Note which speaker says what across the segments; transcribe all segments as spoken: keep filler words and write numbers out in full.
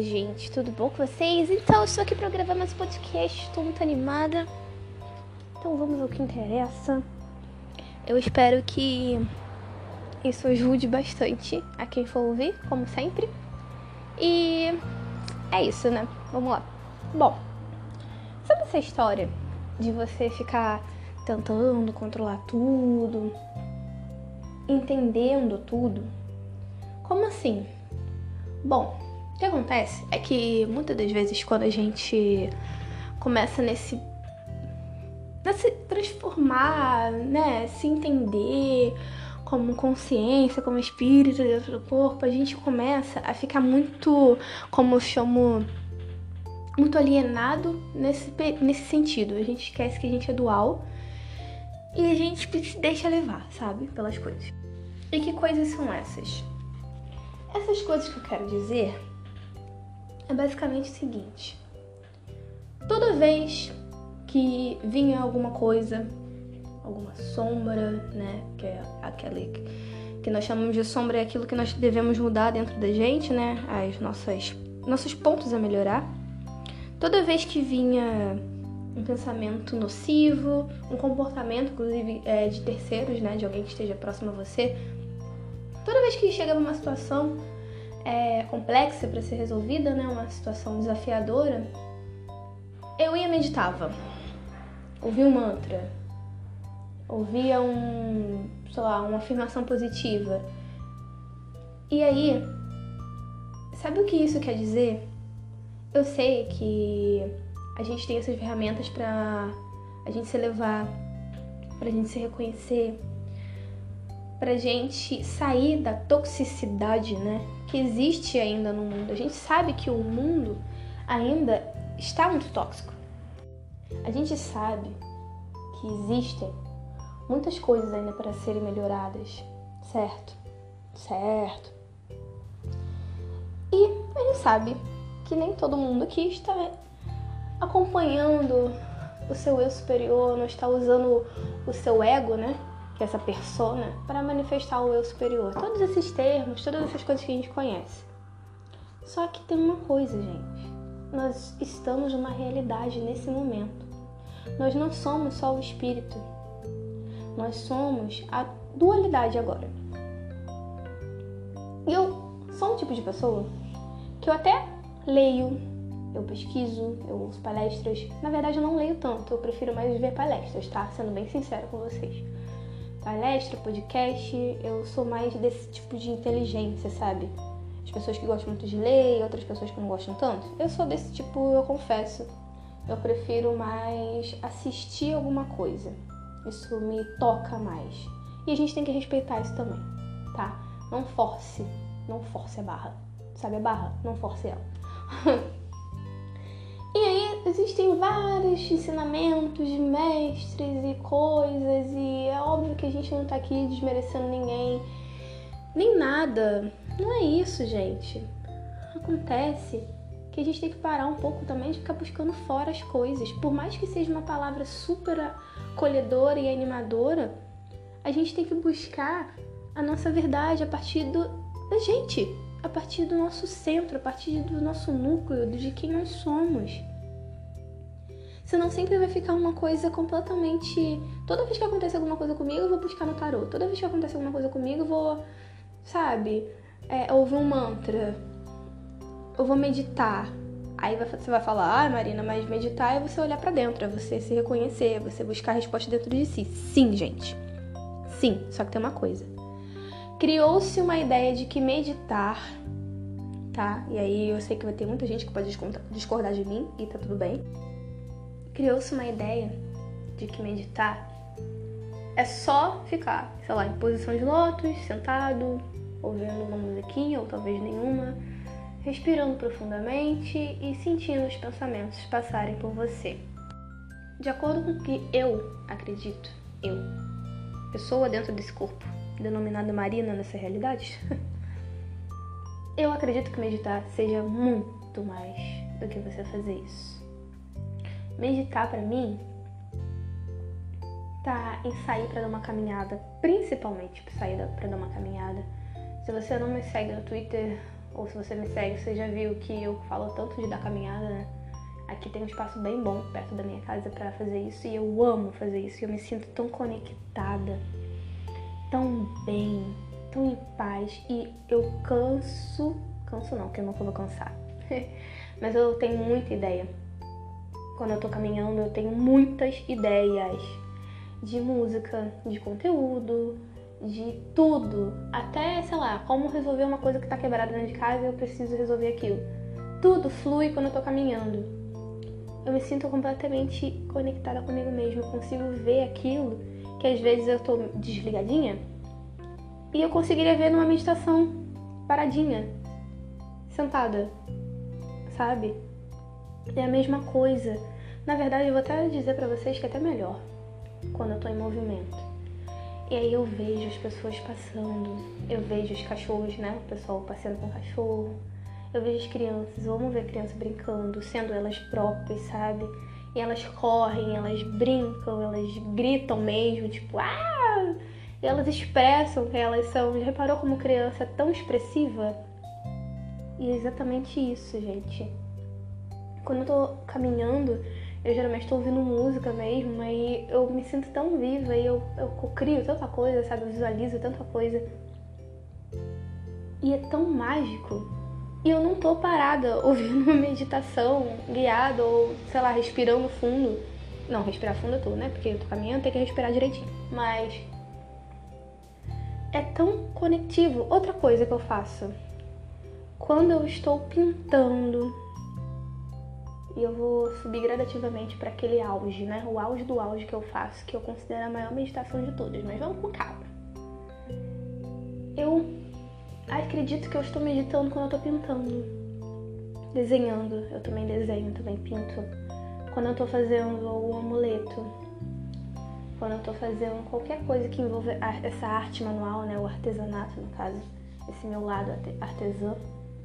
Speaker 1: gente, tudo bom com vocês? Então, eu estou aqui para gravar mais podcast, estou muito animada. Então, vamos ao que interessa. Eu espero que isso ajude bastante a quem for ouvir, como sempre. E é isso, né? Vamos lá. Bom, sabe essa história de você ficar tentando controlar tudo, entendendo tudo? Como assim? Bom, o que acontece é que muitas das vezes quando a gente começa nesse, nesse transformar, né, se entender como consciência, como espírito dentro do corpo, a gente começa a ficar muito, como eu chamo, muito alienado nesse, nesse sentido. A gente esquece que a gente é dual e a gente se deixa levar, sabe, pelas coisas. E que coisas são essas? Essas coisas que eu quero dizer é basicamente o seguinte: toda vez que vinha alguma coisa, alguma sombra, né, que é aquele que nós chamamos de sombra, é aquilo que nós devemos mudar dentro da gente, né, as nossas, nossos pontos a melhorar. Toda vez que vinha um pensamento nocivo, um comportamento, inclusive, é, de terceiros, né, de alguém que esteja próximo a você, toda vez que chegava uma situação é, complexa para ser resolvida, né, uma situação desafiadora, eu ia e meditava, ouvia um mantra, ouvia um, sei lá, uma afirmação positiva. E aí, sabe o que isso quer dizer? Eu sei que a gente tem essas ferramentas para a gente se elevar, para a gente se reconhecer, pra gente sair da toxicidade, né, que existe ainda no mundo. A gente sabe que o mundo ainda está muito tóxico. A gente sabe que existem muitas coisas ainda para serem melhoradas, certo? Certo. E a gente sabe que nem todo mundo aqui está acompanhando o seu eu superior, não está usando o seu ego, né, que é essa persona, para manifestar o eu superior. Todos esses termos, todas essas coisas que a gente conhece. Só que tem uma coisa, gente. Nós estamos numa realidade nesse momento. Nós não somos só o espírito. Nós somos a dualidade agora. E eu sou um tipo de pessoa que eu até leio, eu pesquiso, eu ouço palestras. Na verdade, eu não leio tanto, eu prefiro mais ver palestras, tá? Sendo bem sincera com vocês. Palestra, podcast, eu sou mais desse tipo de inteligência, sabe? As pessoas que gostam muito de ler e outras pessoas que não gostam tanto. Eu sou desse tipo, eu confesso. Eu prefiro mais assistir alguma coisa. Isso me toca mais. E a gente tem que respeitar isso também, tá? Não force, não force a barra. Sabe a barra? Não force ela. E aí existem vários ensinamentos de mestres e coisas, e é óbvio que a gente não tá aqui desmerecendo ninguém, nem nada. Não é isso, gente. Acontece que a gente tem que parar um pouco também de ficar buscando fora as coisas. Por mais que seja uma palavra super acolhedora e animadora, a gente tem que buscar a nossa verdade a partir do, da gente. A partir do nosso centro, a partir do nosso núcleo, de quem nós somos. Senão sempre vai ficar uma coisa completamente... Toda vez que acontece alguma coisa comigo, eu vou buscar no tarô. Toda vez que acontece alguma coisa comigo, eu vou, sabe, é, ouvir um mantra. Eu vou meditar. Aí você vai falar, ah, Marina, mas meditar é você olhar pra dentro, é você se reconhecer, é você buscar a resposta dentro de si. Sim, gente. Sim, só que tem uma coisa. Criou-se uma ideia de que meditar, tá? E aí eu sei que vai ter muita gente que pode discordar de mim, e tá tudo bem. Criou-se uma ideia de que meditar é só ficar, sei lá, em posição de lótus, sentado, ouvindo uma musiquinha, ou talvez nenhuma, respirando profundamente e sentindo os pensamentos passarem por você. De acordo com o que eu acredito, eu, pessoa dentro desse corpo, denominada Marina nessa realidade, eu acredito que meditar seja muito mais do que você fazer isso. Meditar pra mim tá em sair pra dar uma caminhada, principalmente sair pra dar uma caminhada. Se você não me segue no Twitter, ou se você me segue, você já viu que eu falo tanto de dar caminhada, né? Aqui tem um espaço bem bom perto da minha casa pra fazer isso e eu amo fazer isso. E eu me sinto tão conectada, tão bem, tão em paz. E eu canso... Canso não, porque eu nunca vou cansar. Mas eu tenho muita ideia. Quando eu tô caminhando, eu tenho muitas ideias. De música, de conteúdo, de tudo. Até, sei lá, como resolver uma coisa que tá quebrada dentro de casa e eu preciso resolver aquilo. Tudo flui quando eu tô caminhando. Eu me sinto completamente conectada comigo mesma. Eu consigo ver aquilo que às vezes eu tô desligadinha e eu conseguiria ver numa meditação, paradinha, sentada, sabe? É a mesma coisa. Na verdade, eu vou até dizer pra vocês que é até melhor quando eu tô em movimento. E aí eu vejo as pessoas passando, eu vejo os cachorros, né? O pessoal passeando com o cachorro. Eu vejo as crianças, eu amo ver crianças brincando, sendo elas próprias, sabe? E elas correm, elas brincam, elas gritam mesmo, tipo, ah! E elas expressam que elas são. Já reparou como criança é tão expressiva? E é exatamente isso, gente. Quando eu tô caminhando, eu geralmente tô ouvindo música mesmo, aí eu me sinto tão viva e eu, eu crio tanta coisa, sabe? Eu visualizo tanta coisa. E é tão mágico. E eu não tô parada ouvindo uma meditação guiada ou, sei lá, respirando fundo. Não, respirar fundo eu tô, né? Porque eu tô caminhando, tem que respirar direitinho. Mas é tão conectivo. Outra coisa que eu faço. Quando eu estou pintando, e eu vou subir gradativamente para aquele auge, né? O auge do auge que eu faço, que eu considero a maior meditação de todas. Mas vamos com calma. Eu... acredito que eu estou meditando quando eu tô pintando, desenhando. Eu também desenho, também pinto. Quando eu tô fazendo o amuleto, quando eu tô fazendo qualquer coisa que envolve essa arte manual, né, o artesanato no caso, esse meu lado artesã.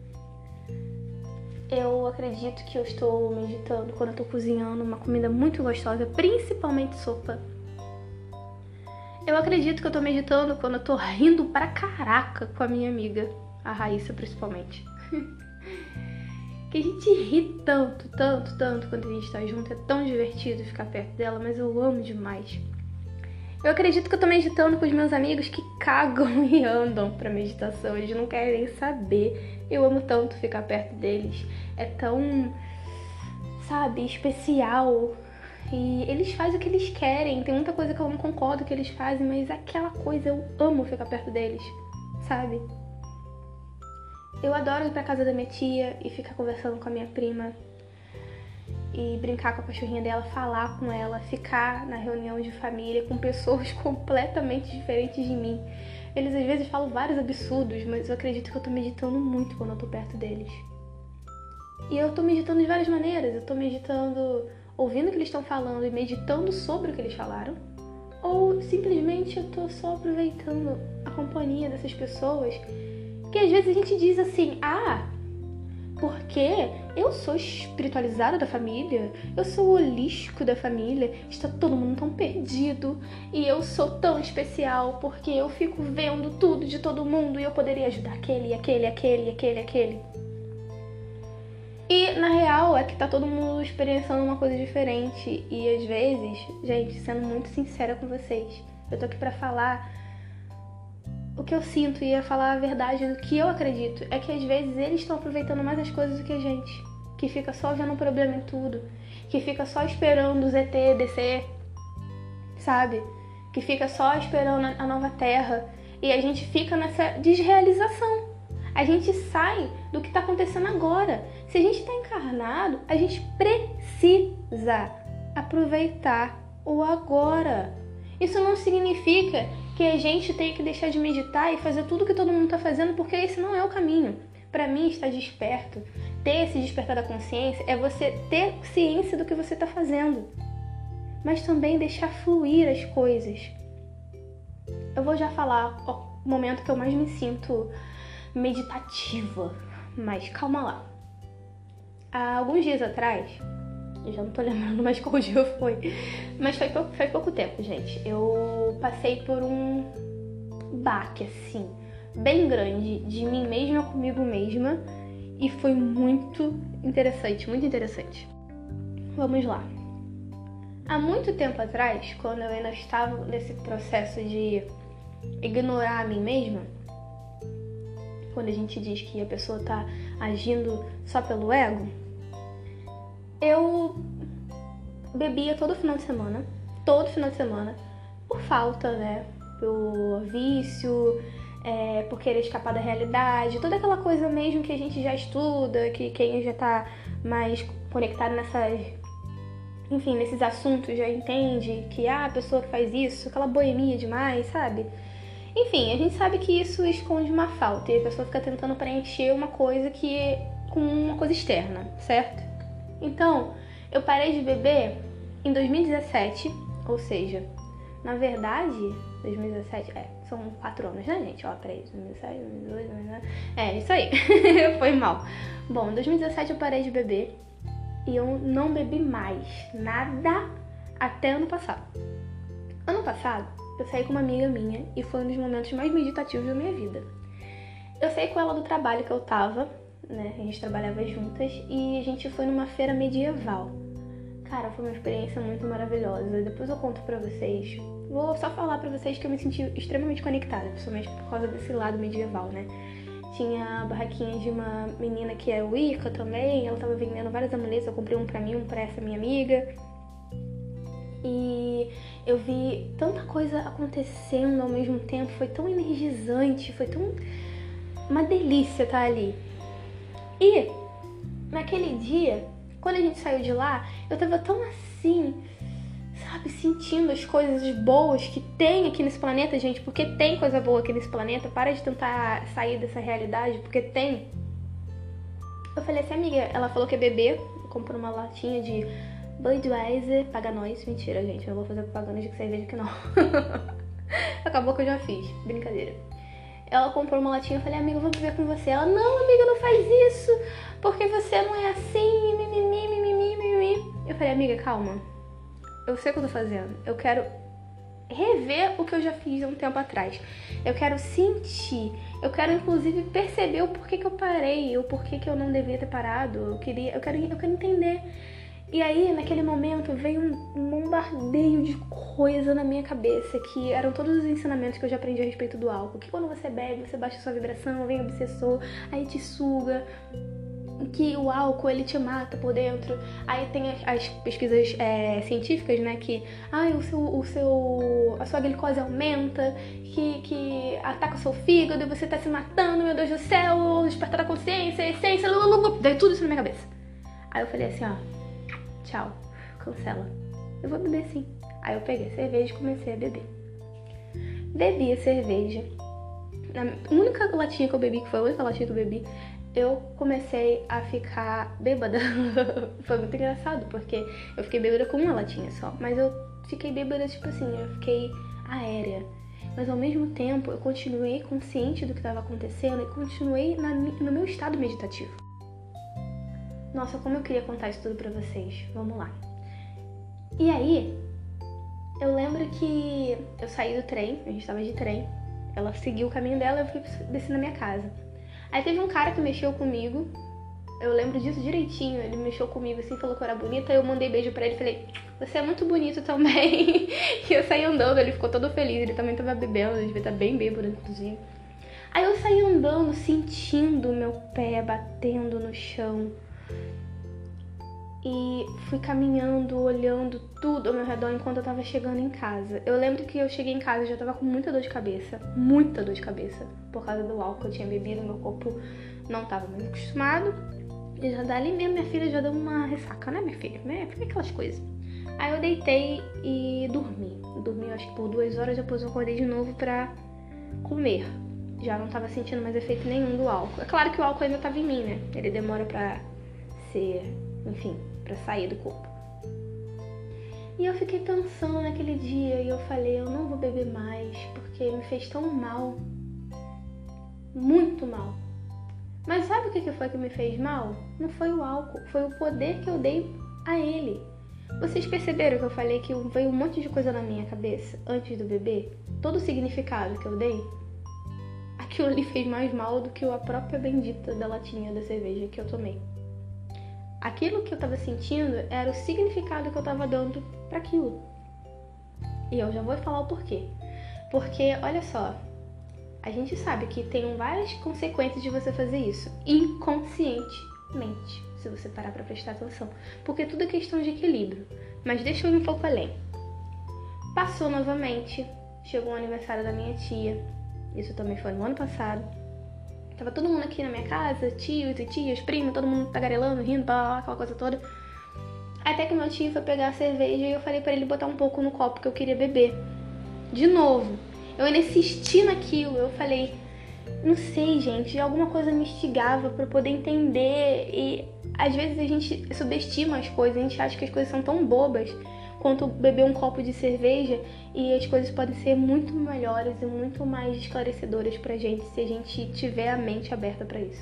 Speaker 1: Eu acredito que eu estou meditando quando eu tô cozinhando uma comida muito gostosa, principalmente sopa. Eu acredito que eu tô meditando quando eu tô rindo pra caraca com a minha amiga, a Raíssa principalmente. Que a gente ri tanto, tanto, tanto quando a gente tá junto, é tão divertido ficar perto dela, mas eu amo demais. Eu acredito que eu tô meditando com os meus amigos que cagam e andam pra meditação, eles não querem nem saber. Eu amo tanto ficar perto deles, é tão, sabe, especial. E eles fazem o que eles querem. Tem muita coisa que eu não concordo que eles fazem, mas aquela coisa eu amo ficar perto deles, sabe? Eu adoro ir pra casa da minha tia e ficar conversando com a minha prima e brincar com a cachorrinha dela, falar com ela, ficar na reunião de família com pessoas completamente diferentes de mim. Eles às vezes falam vários absurdos, mas eu acredito que eu tô meditando muito quando eu tô perto deles. E eu tô meditando de várias maneiras. Eu tô meditando ouvindo o que eles estão falando e meditando sobre o que eles falaram, ou simplesmente eu tô só aproveitando a companhia dessas pessoas, que às vezes a gente diz assim, ah, porque eu sou espiritualizada da família, eu sou holístico da família, está todo mundo tão perdido, e eu sou tão especial porque eu fico vendo tudo de todo mundo e eu poderia ajudar aquele, aquele, aquele, aquele, aquele. E, na real, é que tá todo mundo experienciando uma coisa diferente. E, às vezes, gente, sendo muito sincera com vocês, eu tô aqui pra falar o que eu sinto e ia falar a verdade do que eu acredito. É que, às vezes, eles estão aproveitando mais as coisas do que a gente. Que fica só vendo um problema em tudo. Que fica só esperando o Z T descer, sabe? Que fica só esperando a nova Terra. E a gente fica nessa desrealização. A gente sai do que está acontecendo agora. Se a gente está encarnado, a gente precisa aproveitar o agora. Isso não significa que a gente tem que deixar de meditar e fazer tudo que todo mundo está fazendo, porque esse não é o caminho. Para mim, estar desperto, ter esse despertar da consciência, é você ter ciência do que você está fazendo. Mas também deixar fluir as coisas. Eu vou já falar o momento que eu mais me sinto meditativa, mas calma lá. Há alguns dias atrás, eu já não tô lembrando mais qual dia foi, mas foi, pou- foi pouco tempo, gente. Eu passei por um baque, assim, bem grande de mim mesma comigo mesma e foi muito interessante, muito interessante. Vamos lá. Há muito tempo atrás, quando eu ainda estava nesse processo de ignorar a mim mesma, quando a gente diz que a pessoa tá agindo só pelo ego, eu bebia todo final de semana, todo final de semana, por falta, né, por vício, é, por querer escapar da realidade, toda aquela coisa mesmo que a gente já estuda, que quem já tá mais conectado nessas, enfim, nesses assuntos já entende que ah, a pessoa que faz isso, aquela boemia demais, sabe? Enfim, a gente sabe que isso esconde uma falta e a pessoa fica tentando preencher uma coisa que é com uma coisa externa, certo? Então, eu parei de beber em dois mil e dezessete, ou seja, na verdade, dois mil e dezessete, é, são quatro anos, né, gente? Ó, peraí, dois mil e sete, dois mil e dois, dois mil e dezessete, é, isso aí, foi mal. Bom, em dois mil e dezessete eu parei de beber e eu não bebi mais nada até ano passado. Ano passado, eu saí com uma amiga minha e foi um dos momentos mais meditativos da minha vida. Eu saí com ela do trabalho que eu tava, né, a gente trabalhava juntas e a gente foi numa feira medieval. Cara, foi uma experiência muito maravilhosa. Depois eu conto pra vocês. Vou só falar pra vocês que eu me senti extremamente conectada, principalmente por causa desse lado medieval, né? Tinha a barraquinha de uma menina que é Wicca também, ela tava vendendo vários amuletos, eu comprei um pra mim, um pra essa minha amiga. E eu vi tanta coisa acontecendo ao mesmo tempo, foi tão energizante, foi tão uma delícia estar ali. E naquele dia, quando a gente saiu de lá, eu tava tão assim, sabe, sentindo as coisas boas que tem aqui nesse planeta, gente, porque tem coisa boa aqui nesse planeta, para de tentar sair dessa realidade, porque tem. Eu falei assim, amiga, ela falou que é beber, comprou uma latinha de Budweiser, paga nós, mentira, gente, eu não vou fazer propaganda de cerveja aqui não. Acabou que eu já fiz, brincadeira. Ela comprou uma latinha, eu falei, amiga, eu vou beber com você. Ela, não, amiga, não faz isso, porque você não é assim, mimimi, mimimi, mimimi. Eu falei, amiga, calma, eu sei o que eu tô fazendo, eu quero rever o que eu já fiz há um tempo atrás. Eu quero sentir, eu quero inclusive perceber o porquê que eu parei, o porquê que eu não devia ter parado, eu queria, eu quero, eu quero entender. E aí, naquele momento, veio um bombardeio de coisa na minha cabeça, que eram todos os ensinamentos que eu já aprendi a respeito do álcool. Que quando você bebe, você baixa a sua vibração, vem o obsessor, aí te suga, que o álcool, ele te mata por dentro. Aí tem as, as pesquisas é, científicas, né, que ah, o seu, o seu, a sua glicose aumenta, que, que ataca o seu fígado e você tá se matando, meu Deus do céu, despertar da consciência, essência, veio tudo isso na minha cabeça. Aí eu falei assim, ó, tchau, cancela. Eu vou beber sim. Aí eu peguei a cerveja e comecei a beber. Bebi a cerveja. A única latinha que eu bebi, que foi a única latinha que eu bebi, eu comecei a ficar bêbada. Foi muito engraçado, porque eu fiquei bêbada com uma latinha só. Mas eu fiquei bêbada, tipo assim, eu fiquei aérea. Mas ao mesmo tempo, eu continuei consciente do que estava acontecendo e continuei na, no meu estado meditativo. Nossa, como eu queria contar isso tudo pra vocês. Vamos lá. E aí, eu lembro que eu saí do trem, a gente tava de trem, ela seguiu o caminho dela e eu fui descer na minha casa. Aí teve um cara que mexeu comigo, eu lembro disso direitinho, ele mexeu comigo assim, falou que eu era bonita, eu mandei beijo pra ele e falei, você é muito bonito também. E eu saí andando, ele ficou todo feliz, ele também tava bebendo, ele devia estar bem bêbado, inclusive. Aí eu saí andando, sentindo o meu pé batendo no chão. E fui caminhando, olhando tudo ao meu redor enquanto eu tava chegando em casa. Eu lembro que eu cheguei em casa e já tava com muita dor de cabeça, muita dor de cabeça, por causa do álcool que eu tinha bebido, meu corpo não tava muito acostumado. E já dali mesmo, minha filha já deu uma ressaca, né, minha filha? Né? Fica aquelas coisas. Aí eu deitei e dormi. Dormi, acho que por duas horas, depois eu acordei de novo pra comer. Já não tava sentindo mais efeito nenhum do álcool. É claro que o álcool ainda tava em mim, né? Ele demora pra ser, enfim, pra sair do corpo. E eu fiquei pensando naquele dia e eu falei, eu não vou beber mais, porque me fez tão mal. Muito mal. Mas sabe o que foi que me fez mal? Não foi o álcool, foi o poder que eu dei a ele. Vocês perceberam que eu falei que veio um monte de coisa na minha cabeça antes do beber? Todo o significado que eu dei? aquilo ali fez mais mal do que a própria bendita da latinha da cerveja que eu tomei. Aquilo que eu tava sentindo era o significado que eu tava dando para aquilo. E eu já vou falar o porquê. Porque, olha só, a gente sabe que tem várias consequências de você fazer isso inconscientemente, se você parar pra prestar atenção. Porque tudo é questão de equilíbrio. Mas deixa eu ir um pouco além. Passou novamente, chegou o aniversário da minha tia. Isso também foi no ano passado. Tava todo mundo aqui na minha casa, tios e tias, primos, todo mundo tagarelando, rindo, blá, blá, blá, aquela coisa toda. Até que meu tio foi pegar a cerveja e eu falei pra ele botar um pouco no copo que eu queria beber. De novo. Eu ainda insisti naquilo. Eu falei, não sei, gente, alguma coisa me instigava pra eu poder entender. E às vezes a gente subestima as coisas, a gente acha que as coisas são tão bobas quanto beber um copo de cerveja, e as coisas podem ser muito melhores e muito mais esclarecedoras pra gente se a gente tiver a mente aberta pra isso.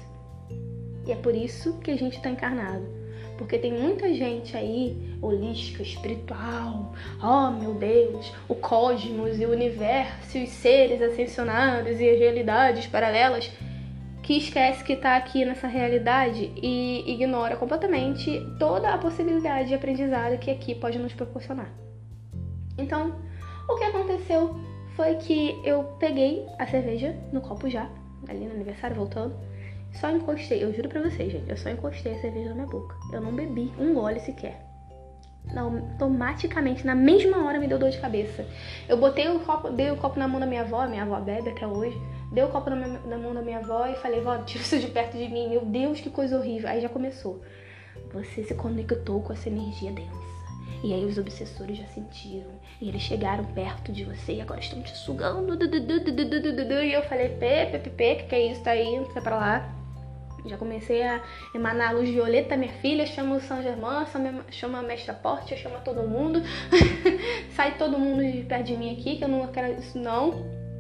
Speaker 1: E é por isso que a gente tá encarnado. Porque tem muita gente aí, holística, espiritual, oh meu Deus, o cosmos e o universo, e os seres ascensionados e as realidades paralelas, que esquece que tá aqui nessa realidade e ignora completamente toda a possibilidade de aprendizado que aqui pode nos proporcionar. Então, o que aconteceu foi que eu peguei a cerveja no copo já, ali no aniversário, voltando, só encostei, eu juro pra vocês, gente, eu só encostei a cerveja na minha boca. Eu não bebi um gole sequer. Automaticamente, na mesma hora, me deu dor de cabeça. Eu botei o copo, dei o copo na mão da minha avó, minha avó bebe até hoje. Dei o copo na, minha, na mão da minha avó e falei, vó, tira isso de perto de mim. Meu Deus, que coisa horrível. Aí já começou. Você se conectou com essa energia densa. E aí os obsessores já sentiram. E eles chegaram perto de você e agora estão te sugando. E eu falei, pê, pê, pê, pê, que que é isso? Tá aí, sai pra lá. Já comecei a emanar a luz violeta, minha filha, chama o São Germain, chama a Mestra Porte, chama todo mundo. Sai todo mundo de perto de mim aqui, que eu não quero isso não.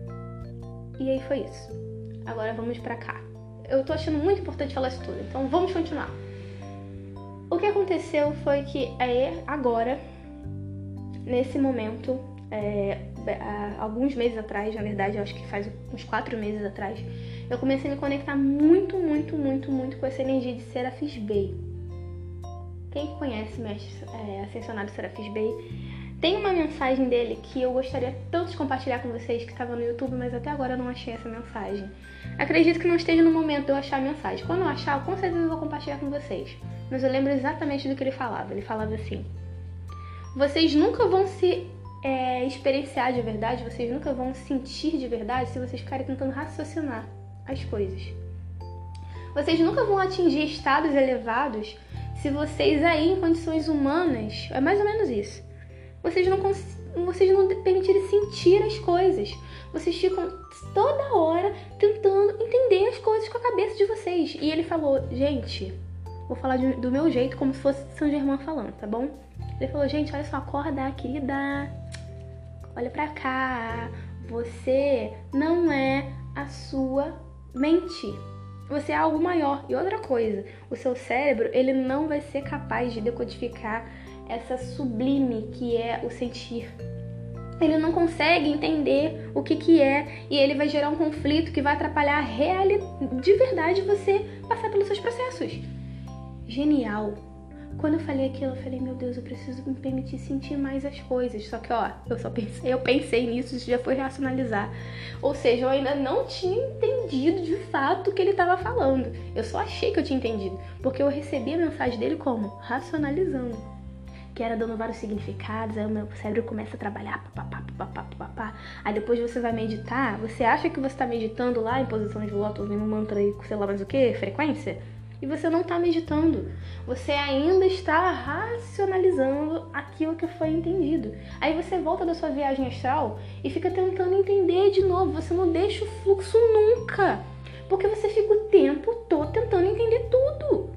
Speaker 1: E aí foi isso. Agora vamos pra cá. Eu tô achando muito importante falar isso tudo, então vamos continuar. O que aconteceu foi que é, agora, nesse momento, é, alguns meses atrás, na verdade, eu acho que faz uns quatro meses atrás, eu comecei a me conectar muito, muito, muito, muito com essa energia de Serafis Bey. Quem conhece o mestre é, ascensionado Serafis Bey, tem uma mensagem dele que eu gostaria tanto de compartilhar com vocês, que estava no YouTube, mas até agora eu não achei essa mensagem. Acredito que não esteja no momento de eu achar a mensagem. Quando eu achar, com certeza eu vou compartilhar com vocês. Mas eu lembro exatamente do que ele falava. Ele falava assim: vocês nunca vão se é, experienciar de verdade, vocês nunca vão sentir de verdade se vocês ficarem tentando raciocinar as coisas. Vocês nunca vão atingir estados elevados se vocês aí, em condições humanas, é mais ou menos isso, vocês não, vocês não permitirem sentir as coisas. Vocês ficam toda hora tentando entender as coisas com a cabeça de vocês. E ele falou, gente, vou falar de, do meu jeito, como se fosse São Germain falando, tá bom? Ele falou, gente, olha só, acorda, querida. Olha pra cá. Você não é a sua mente. Você é algo maior. E outra coisa, o seu cérebro, ele não vai ser capaz de decodificar essa sublime que é o sentir. Ele não consegue entender o que que é e ele vai gerar um conflito que vai atrapalhar a realidade, de verdade, você passar pelos seus processos. Genial! Quando eu falei aquilo, eu falei, meu Deus, eu preciso me permitir sentir mais as coisas. Só que, ó, eu só pensei, eu pensei nisso, isso já foi racionalizar. Ou seja, eu ainda não tinha entendido de fato o que ele estava falando. Eu só achei que eu tinha entendido, porque eu recebi a mensagem dele como? Racionalizando. Que era dando vários significados, aí o meu cérebro começa a trabalhar, papapá, papapá, papapá. Aí depois você vai meditar, você acha que você está meditando lá em posição de lótus, ouvindo um mantra e sei lá mais o que, frequência? E você não está meditando, você ainda está racionalizando aquilo que foi entendido. Aí você volta da sua viagem astral e fica tentando entender de novo, você não deixa o fluxo nunca, porque você fica o tempo todo tentando entender tudo.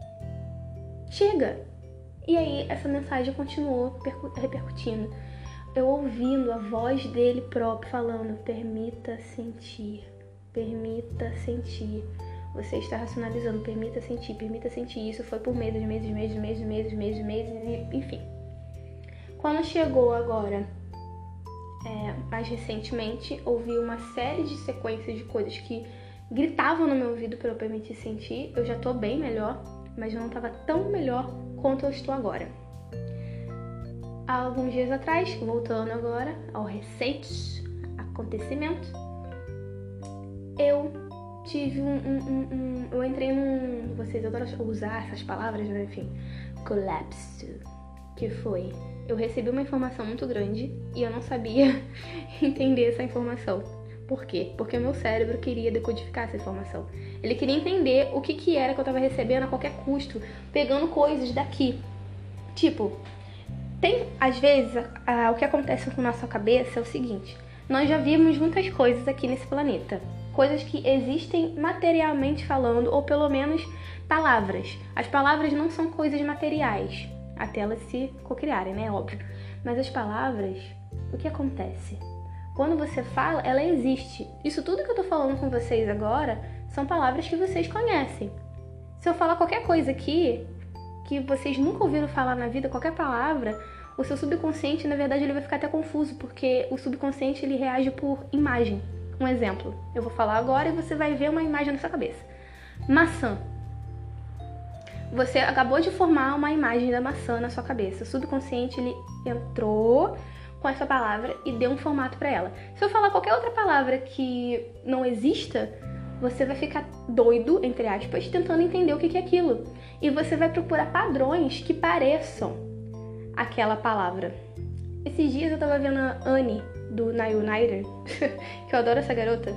Speaker 1: Chega! E aí essa mensagem continuou repercutindo. Eu ouvindo a voz dele próprio falando, permita sentir, permita sentir. Você está racionalizando, permita sentir, permita sentir. Isso foi por meses, meses, meses, meses, meses, meses, meses, e enfim. Quando chegou agora é, mais recentemente, ouvi uma série de sequências de coisas que gritavam no meu ouvido para eu permitir sentir. Eu já tô bem melhor, mas eu não tava tão melhor quanto eu estou agora. Há alguns dias atrás, voltando agora ao recente acontecimento, eu tive um, um, um, um eu entrei num, vocês adoram usar essas palavras, mas enfim, colapso, que foi, eu recebi uma informação muito grande e eu não sabia entender essa informação. Por quê? Porque o meu cérebro queria decodificar essa informação. Ele queria entender o que, que era que eu estava recebendo a qualquer custo, pegando coisas daqui. Tipo, tem, às vezes, a, a, o que acontece com a nossa cabeça é o seguinte: nós já vimos muitas coisas aqui nesse planeta. Coisas que existem materialmente falando, ou pelo menos palavras. As palavras não são coisas materiais, até elas se cocriarem, né? Óbvio. Mas as palavras, o que acontece? Quando você fala, ela existe. Isso tudo que eu tô falando com vocês agora são palavras que vocês conhecem. Se eu falar qualquer coisa aqui que vocês nunca ouviram falar na vida, qualquer palavra, o seu subconsciente, na verdade, ele vai ficar até confuso, porque o subconsciente, ele reage por imagem. Um exemplo, eu vou falar agora e você vai ver uma imagem na sua cabeça. Maçã. Você acabou de formar uma imagem da maçã na sua cabeça. O subconsciente, ele entrou com essa palavra e deu um formato para ela. Se eu falar qualquer outra palavra que não exista, você vai ficar doido, entre aspas, tentando entender o que é aquilo. E você vai procurar padrões que pareçam aquela palavra. Esses dias eu tava vendo a Annie, do Na United, que eu adoro essa garota,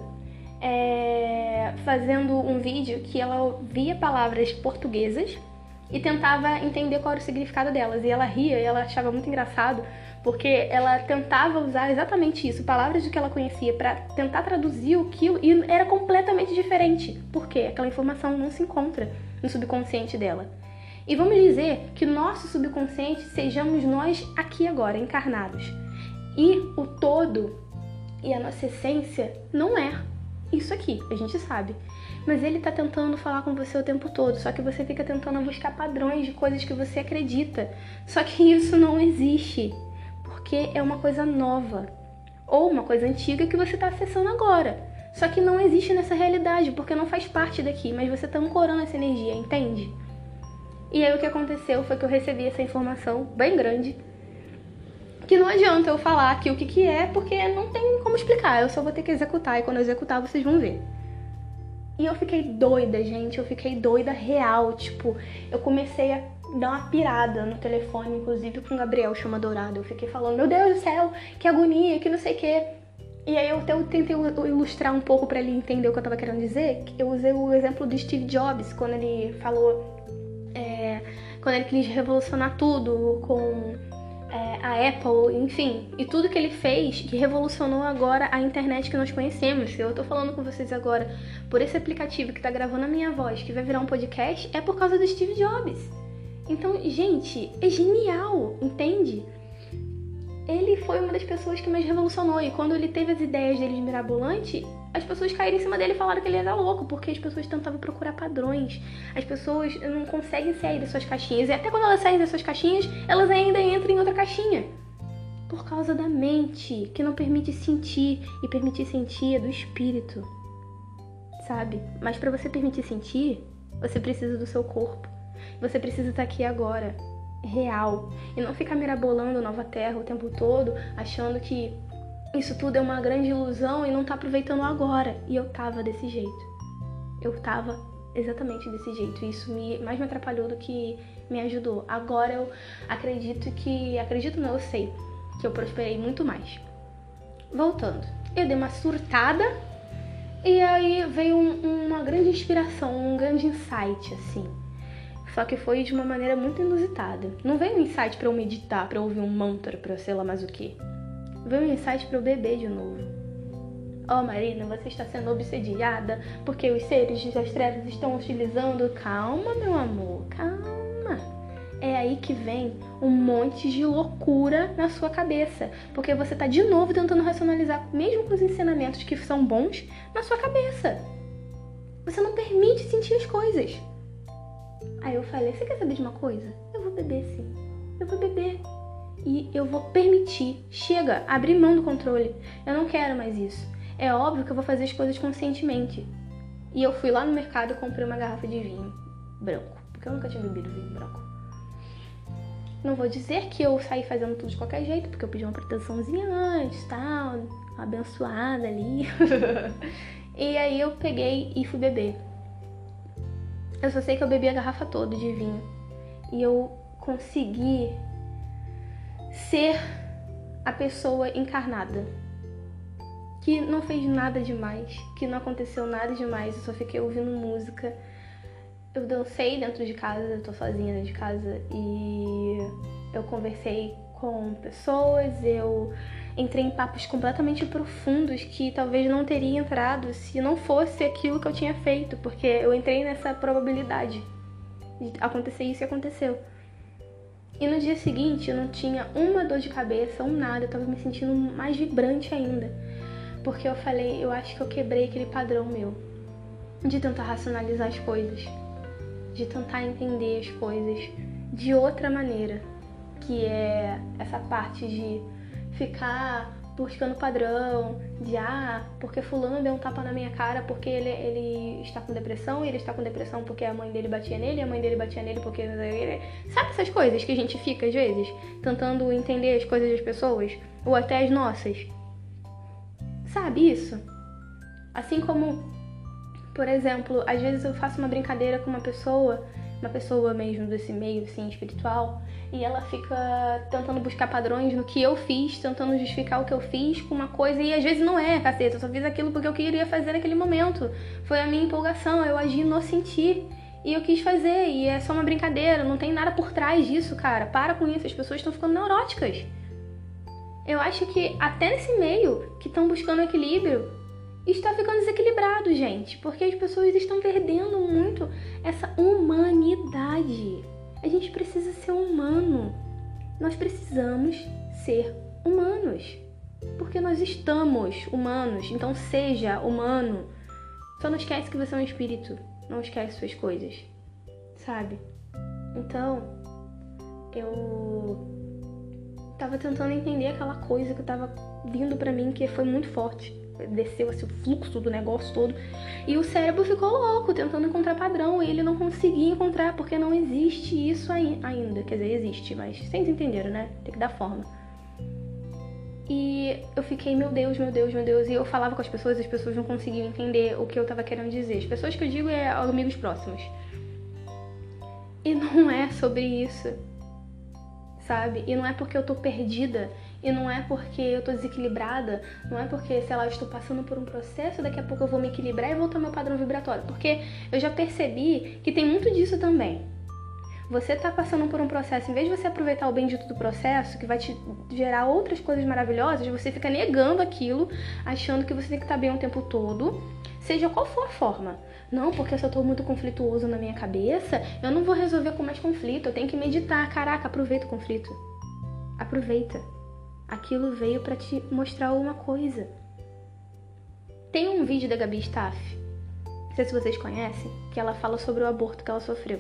Speaker 1: é, fazendo um vídeo que ela via palavras portuguesas e tentava entender qual era o significado delas. E ela ria e ela achava muito engraçado, porque ela tentava usar exatamente isso, palavras do que ela conhecia, para tentar traduzir aquilo, e era completamente diferente. Por quê? Aquela informação não se encontra no subconsciente dela. E vamos dizer que nosso subconsciente sejamos nós aqui agora, encarnados. E o todo e a nossa essência não é isso aqui, a gente sabe. Mas ele tá tentando falar com você o tempo todo, só que você fica tentando buscar padrões de coisas que você acredita. Só que isso não existe, porque é uma coisa nova, ou uma coisa antiga que você tá acessando agora. Só que não existe nessa realidade, porque não faz parte daqui, mas você tá ancorando essa energia, entende? E aí o que aconteceu foi que eu recebi essa informação bem grande, que não adianta eu falar aqui o que que é, porque não tem como explicar, eu só vou ter que executar, e quando eu executar vocês vão ver. E eu fiquei doida, gente, eu fiquei doida real, tipo, eu comecei a dar uma pirada no telefone, inclusive com o Gabriel Chama Dourado, eu fiquei falando, meu Deus do céu, que agonia, que não sei o quê. E aí eu até tentei ilustrar um pouco pra ele entender o que eu tava querendo dizer, eu usei o exemplo do Steve Jobs, quando ele falou, é, quando ele quis revolucionar tudo com é, a Apple, enfim, e tudo que ele fez que revolucionou agora a internet que nós conhecemos. Eu tô falando com vocês agora por esse aplicativo que tá gravando a minha voz, que vai virar um podcast, é por causa do Steve Jobs. Então, gente, é genial, entende? Ele foi uma das pessoas que mais revolucionou, e quando ele teve as ideias dele de mirabolante, as pessoas caíram em cima dele e falaram que ele era louco, porque as pessoas tentavam procurar padrões. As pessoas não conseguem sair das suas caixinhas, e até quando elas saem das suas caixinhas, elas ainda entram em outra caixinha. Por causa da mente, que não permite sentir, e permitir sentir é do espírito, sabe? Mas para você permitir sentir, você precisa do seu corpo. Você precisa estar aqui agora, real, e não ficar mirabolando Nova Terra o tempo todo, achando que isso tudo é uma grande ilusão e não tá aproveitando agora. E eu tava desse jeito. Eu tava exatamente desse jeito. E isso me, mais me atrapalhou do que me ajudou. Agora eu acredito que... Acredito não, eu sei que eu prosperei muito mais. Voltando. Eu dei uma surtada e aí veio um, uma grande inspiração, um grande insight, assim. Só que foi de uma maneira muito inusitada. Não veio um insight pra eu meditar, pra eu ouvir um mantra, pra eu sei lá mais o quê. Veio um insight pra eu beber de novo. Oh, Marina, você está sendo obsediada porque os seres das trevas estão utilizando... Calma, meu amor, calma. É aí que vem um monte de loucura na sua cabeça. Porque você tá de novo tentando racionalizar, mesmo com os ensinamentos que são bons, na sua cabeça. Você não permite sentir as coisas. Aí eu falei, você quer saber de uma coisa? Eu vou beber sim. Eu vou beber. e eu vou permitir. Chega, abrir mão do controle. Eu não quero mais isso. É óbvio que eu vou fazer as coisas conscientemente. E eu fui lá no mercado e comprei uma garrafa de vinho branco, porque eu nunca tinha bebido vinho branco. Não vou dizer que eu saí fazendo tudo de qualquer jeito, porque eu pedi uma proteçãozinha antes, tal, uma abençoada ali. E aí eu peguei e fui beber. Eu só sei que eu bebi a garrafa toda de vinho. E eu consegui ser a pessoa encarnada, que não fez nada demais, que não aconteceu nada demais, eu só fiquei ouvindo música. Eu dancei dentro de casa, eu tô sozinha dentro de casa, e eu conversei com pessoas, eu entrei em papos completamente profundos que talvez não teria entrado se não fosse aquilo que eu tinha feito, porque eu entrei nessa probabilidade de acontecer isso e aconteceu. E no dia seguinte eu não tinha uma dor de cabeça, um nada, eu tava me sentindo mais vibrante ainda. Porque eu falei, eu acho que eu quebrei aquele padrão meu de tentar racionalizar as coisas, de tentar entender as coisas de outra maneira, que é essa parte de ficar buscando padrão, de ah, porque fulano deu um tapa na minha cara porque ele, ele está com depressão, e ele está com depressão porque a mãe dele batia nele, e a mãe dele batia nele porque... Sabe essas coisas que a gente fica, às vezes, tentando entender as coisas das pessoas? Ou até as nossas? Sabe isso? Assim como, por exemplo, às vezes eu faço uma brincadeira com uma pessoa, uma pessoa mesmo desse meio, assim, espiritual, e ela fica tentando buscar padrões no que eu fiz, tentando justificar o que eu fiz com uma coisa, e às vezes não é, caceta, eu só fiz aquilo porque eu queria fazer naquele momento. Foi a minha empolgação, eu agi no sentir, e eu quis fazer, e é só uma brincadeira, não tem nada por trás disso, cara. Para com isso, as pessoas estão ficando neuróticas. Eu acho que até nesse meio que estão buscando equilíbrio, está ficando desequilibrado, gente, porque as pessoas estão perdendo muito essa humanidade. A gente precisa ser humano. Nós precisamos ser humanos, porque nós estamos humanos. Então seja humano. Só não esquece que você é um espírito. Não esquece suas coisas, sabe? Então, eu tava tentando entender aquela coisa que tava vindo pra mim, que foi muito forte. Desceu assim, o fluxo do negócio todo. E o cérebro ficou louco, tentando encontrar padrão. E ele não conseguia encontrar, porque não existe isso ai- ainda. Quer dizer, existe, mas vocês entenderam, né? Tem que dar forma. E eu fiquei, meu Deus, meu Deus, meu Deus. E eu falava com as pessoas, as pessoas não conseguiam entender o que eu tava querendo dizer. As pessoas que eu digo é amigos próximos. E não é sobre isso, sabe? E não é porque eu tô perdida, e não é porque eu tô desequilibrada, não é porque, sei lá, eu estou passando por um processo, daqui a pouco eu vou me equilibrar e voltar ao meu padrão vibratório. Porque eu já percebi que tem muito disso também. Você tá passando por um processo, em vez de você aproveitar o bendito do processo, que vai te gerar outras coisas maravilhosas, você fica negando aquilo, achando que você tem que estar bem o tempo todo, seja qual for a forma. Não, porque se eu tô muito conflituoso na minha cabeça, eu não vou resolver com mais conflito, eu tenho que meditar. Caraca, aproveita o conflito. Aproveita. Aquilo veio pra te mostrar alguma coisa. Tem um vídeo da Gabi Staff, não sei se vocês conhecem, que ela fala sobre o aborto que ela sofreu.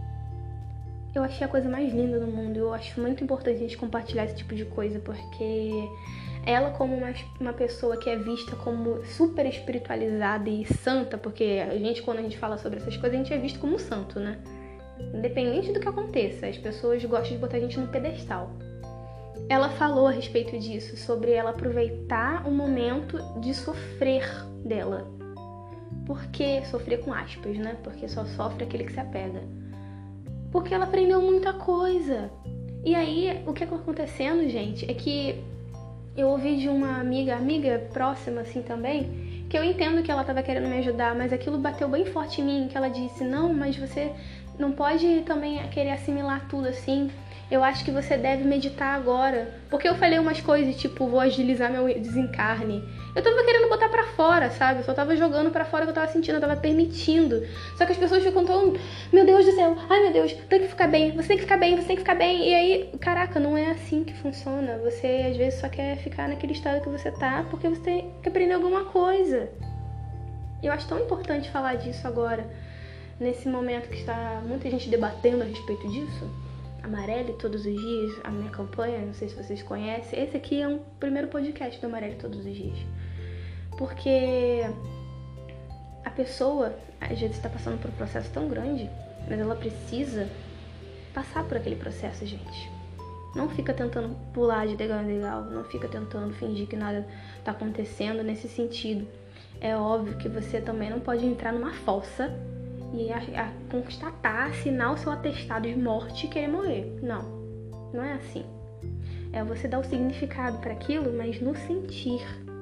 Speaker 1: Eu achei a coisa mais linda do mundo. Eu acho muito importante a gente compartilhar esse tipo de coisa, porque ela, como uma, uma pessoa que é vista como super espiritualizada e santa, porque a gente, quando a gente fala sobre essas coisas, a gente é visto como santo, né? Independente do que aconteça, as pessoas gostam de botar a gente no pedestal. Ela falou a respeito disso, sobre ela aproveitar o momento de sofrer dela. Por que sofrer com aspas, né? Porque só sofre aquele que se apega. Porque ela aprendeu muita coisa. E aí, o que está acontecendo, gente, é que eu ouvi de uma amiga, amiga próxima assim também, que eu entendo que ela estava querendo me ajudar, mas aquilo bateu bem forte em mim, que ela disse, não, mas você não pode também querer assimilar tudo assim. Eu acho que você deve meditar agora. Porque eu falei umas coisas, tipo, vou agilizar meu desencarne. Eu tava querendo botar pra fora, sabe? Eu só tava jogando pra fora o que eu tava sentindo, eu tava permitindo. Só que as pessoas ficam tão, meu Deus do céu, ai meu Deus, tem que ficar bem, você tem que ficar bem, você tem que ficar bem. E aí, caraca, não é assim que funciona. Você, às vezes, só quer ficar naquele estado que você tá porque você tem que aprender alguma coisa. Eu acho tão importante falar disso agora, nesse momento que está muita gente debatendo a respeito disso. Amarele Todos os Dias, a minha campanha, não sei se vocês conhecem. Esse aqui é um primeiro podcast do Amarele Todos os Dias. Porque a pessoa, às vezes, está passando por um processo tão grande, mas ela precisa passar por aquele processo, gente. Não fica tentando pular de legal em legal, não fica tentando fingir que nada está acontecendo nesse sentido. É óbvio que você também não pode entrar numa fossa e a, a constatar, assinar o seu atestado de morte e querer morrer. Não, não é assim. É você dar o significado para aquilo, mas no sentir.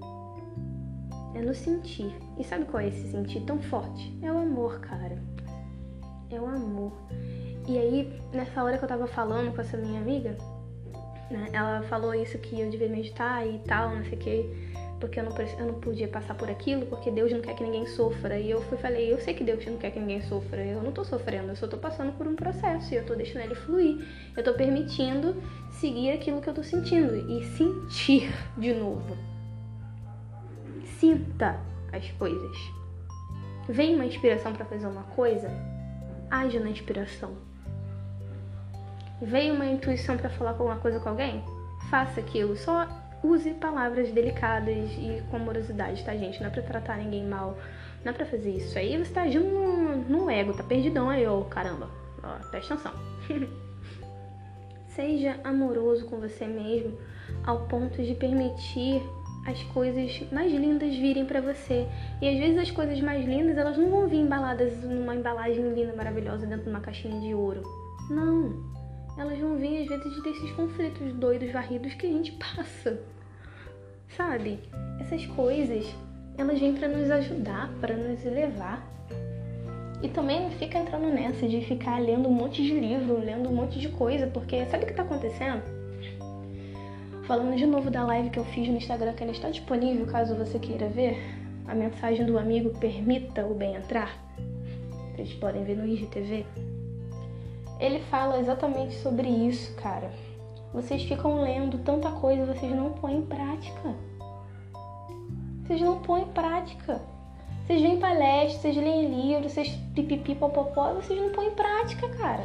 Speaker 1: É no sentir. E sabe qual é esse sentir tão forte? É o amor, cara. É o amor. E aí, nessa hora que eu tava falando com essa minha amiga, né, ela falou isso que eu devia meditar e tal, não sei o que, porque eu não, eu não podia passar por aquilo, porque Deus não quer que ninguém sofra. E eu fui falei, eu sei que Deus não quer que ninguém sofra, eu não tô sofrendo, eu só tô passando por um processo e eu tô deixando ele fluir. Eu tô permitindo seguir aquilo que eu tô sentindo e sentir de novo. Sinta as coisas. Vem uma inspiração pra fazer uma coisa, haja na inspiração. Veio uma intuição para falar alguma coisa com alguém? Faça aquilo. Só use palavras delicadas e com amorosidade, tá, gente? Não é pra tratar ninguém mal. Não é pra fazer isso. Aí você tá agindo no, no ego, tá perdidão aí, ô caramba. Ó, presta atenção. Seja amoroso com você mesmo ao ponto de permitir as coisas mais lindas virem pra você. E às vezes as coisas mais lindas, elas não vão vir embaladas numa embalagem linda, maravilhosa, dentro de uma caixinha de ouro. Não. Elas vão vir, às vezes, desses conflitos doidos, varridos que a gente passa. Sabe? Essas coisas, elas vêm pra nos ajudar, pra nos elevar. E também não fica entrando nessa de ficar lendo um monte de livro, lendo um monte de coisa, porque sabe o que tá acontecendo? Falando de novo da live que eu fiz no Instagram, que ela está disponível, caso você queira ver, a mensagem do amigo Permita o Bem Entrar. Vocês podem ver no I G T V. Ele fala exatamente sobre isso, cara. Vocês ficam lendo tanta coisa, vocês não põem em prática. Vocês não põem em prática. Vocês veem palestras, vocês leem livros, vocês pipipi, popopó, vocês não põem em prática, cara.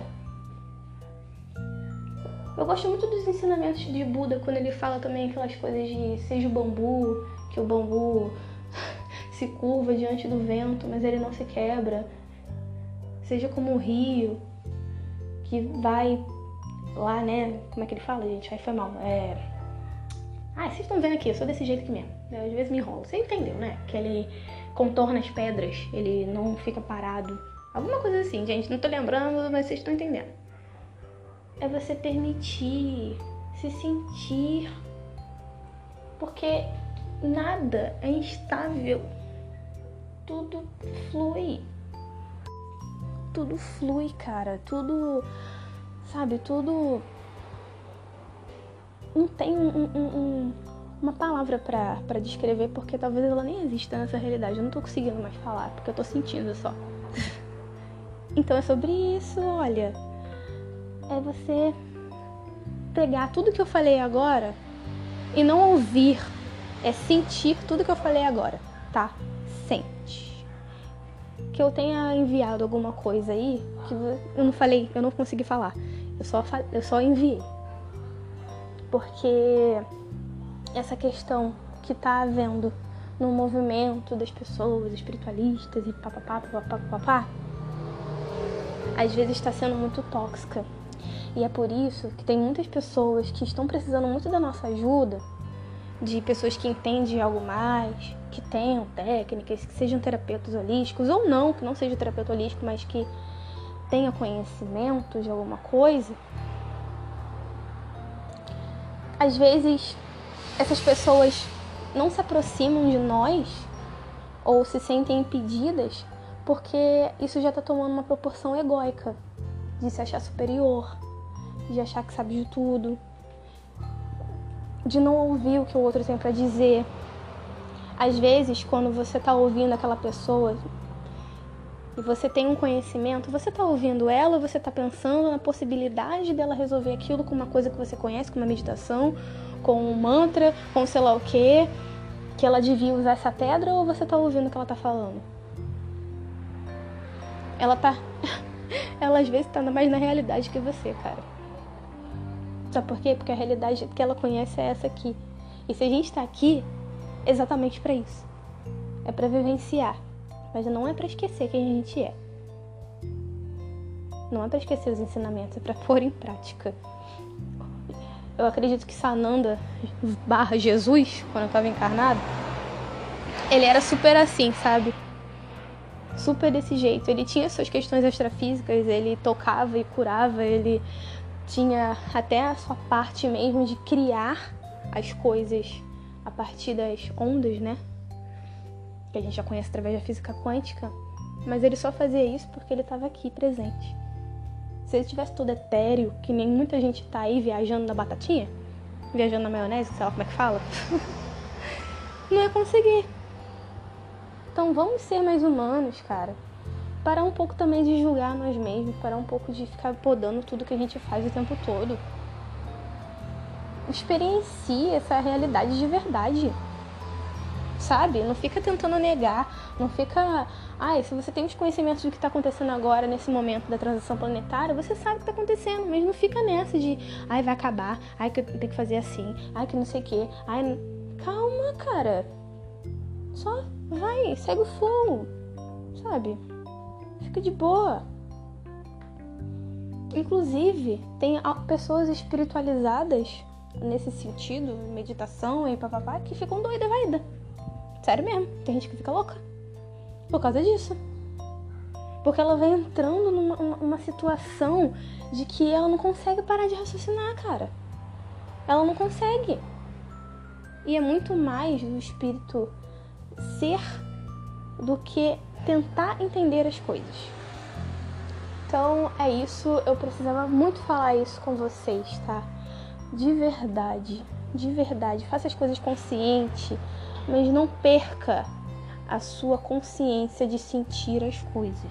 Speaker 1: Eu gosto muito dos ensinamentos de Buda, quando ele fala também aquelas coisas de seja o bambu, que o bambu se curva diante do vento, mas ele não se quebra. Seja como o rio, que vai lá, né? Como é que ele fala, gente? Aí foi mal. É... Ah, vocês estão vendo aqui, eu sou desse jeito aqui mesmo. Eu, às vezes me enrolo. Você entendeu, né? Que ele contorna as pedras, ele não fica parado. Alguma coisa assim, gente. Não tô lembrando, mas vocês estão entendendo. É você permitir se sentir. Porque nada é instável. Tudo flui. Tudo flui, cara. Tudo, sabe, tudo... Não tem um, um, um, uma palavra pra, pra descrever, porque talvez ela nem exista nessa realidade. Eu não tô conseguindo mais falar, porque eu tô sentindo só. Então é sobre isso, olha. É você pegar tudo que eu falei agora e não ouvir. É sentir tudo que eu falei agora, tá? Sente. Que eu tenha enviado alguma coisa aí, que eu não falei, eu não consegui falar. Eu só, eu só enviei. Porque essa questão que tá havendo no movimento das pessoas espiritualistas e papapá, papapá, papapá, às vezes está sendo muito tóxica. E é por isso que tem muitas pessoas que estão precisando muito da nossa ajuda, de pessoas que entendem algo mais, que tenham técnicas, que sejam terapeutas holísticos, ou não, que não seja terapeuta holístico, mas que tenha conhecimento de alguma coisa. Às vezes, essas pessoas não se aproximam de nós ou se sentem impedidas porque isso já está tomando uma proporção egóica, de se achar superior, de achar que sabe de tudo, de não ouvir o que o outro tem para dizer. Às vezes, quando você está ouvindo aquela pessoa e você tem um conhecimento, você está ouvindo ela ou você está pensando na possibilidade dela resolver aquilo com uma coisa que você conhece, com uma meditação, com um mantra, com sei lá o quê, que ela devia usar essa pedra, ou você está ouvindo o que ela está falando? Ela tá... ela às vezes está mais na realidade que você, cara. Sabe por quê? Porque a realidade que ela conhece é essa aqui. E se a gente tá aqui, é exatamente pra isso. É pra vivenciar. Mas não é pra esquecer quem a gente é. Não é pra esquecer os ensinamentos, é pra pôr em prática. Eu acredito que Sananda barra Jesus, quando eu tava encarnado, ele era super assim, sabe? Super desse jeito. Ele tinha suas questões extrafísicas, ele tocava e curava, ele tinha até a sua parte mesmo de criar as coisas a partir das ondas, né? Que a gente já conhece através da física quântica. Mas ele só fazia isso porque ele estava aqui presente. Se ele tivesse todo etéreo, que nem muita gente tá aí viajando na batatinha, viajando na maionese, sei lá como é que fala, não ia conseguir. Então vamos ser mais humanos, cara. Parar um pouco também de julgar nós mesmos, parar um pouco de ficar podando tudo que a gente faz o tempo todo. Experiencie essa realidade de verdade. Sabe? Não fica tentando negar, não fica... Ai, se você tem os conhecimentos do que está acontecendo agora, nesse momento da transição planetária, você sabe o que está acontecendo, mas não fica nessa de... Ai, vai acabar, ai, que eu tenho que fazer assim, ai, que não sei o quê, ai... Não... Calma, cara. Só vai, segue o flow, sabe? Fica de boa. Inclusive, tem pessoas espiritualizadas nesse sentido, meditação e papapá, que ficam doidas, vai. Sério mesmo, tem gente que fica louca por causa disso. Porque ela vai entrando numa uma situação de que ela não consegue parar de raciocinar, cara. Ela não consegue. E é muito mais do espírito ser do que tentar entender as coisas. Então é isso, eu precisava muito falar isso com vocês, tá? De verdade, de verdade, faça as coisas consciente, mas não perca a sua consciência de sentir as coisas.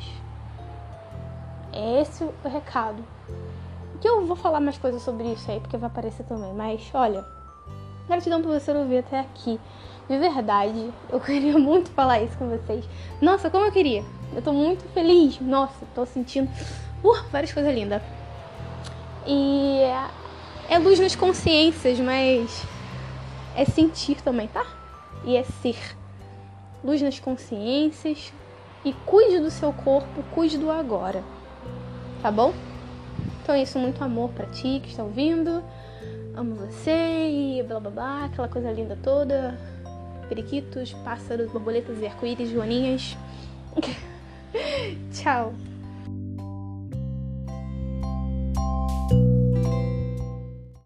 Speaker 1: É esse o recado. Que eu vou falar mais coisas sobre isso aí, porque vai aparecer também. Mas, olha, gratidão por você ouvir até aqui. De verdade, eu queria muito falar isso com vocês. Nossa, como eu queria. Eu tô muito feliz. Nossa, tô sentindo uh, várias coisas lindas. E é luz nas consciências, mas é sentir também, tá? E é ser. Luz nas consciências. E cuide do seu corpo, cuide do agora. Tá bom? Então é isso, muito amor pra ti que está ouvindo. Amo você e blá blá blá, aquela coisa linda toda. Periquitos, pássaros, borboletas e arco-íris, joaninhas. Tchau.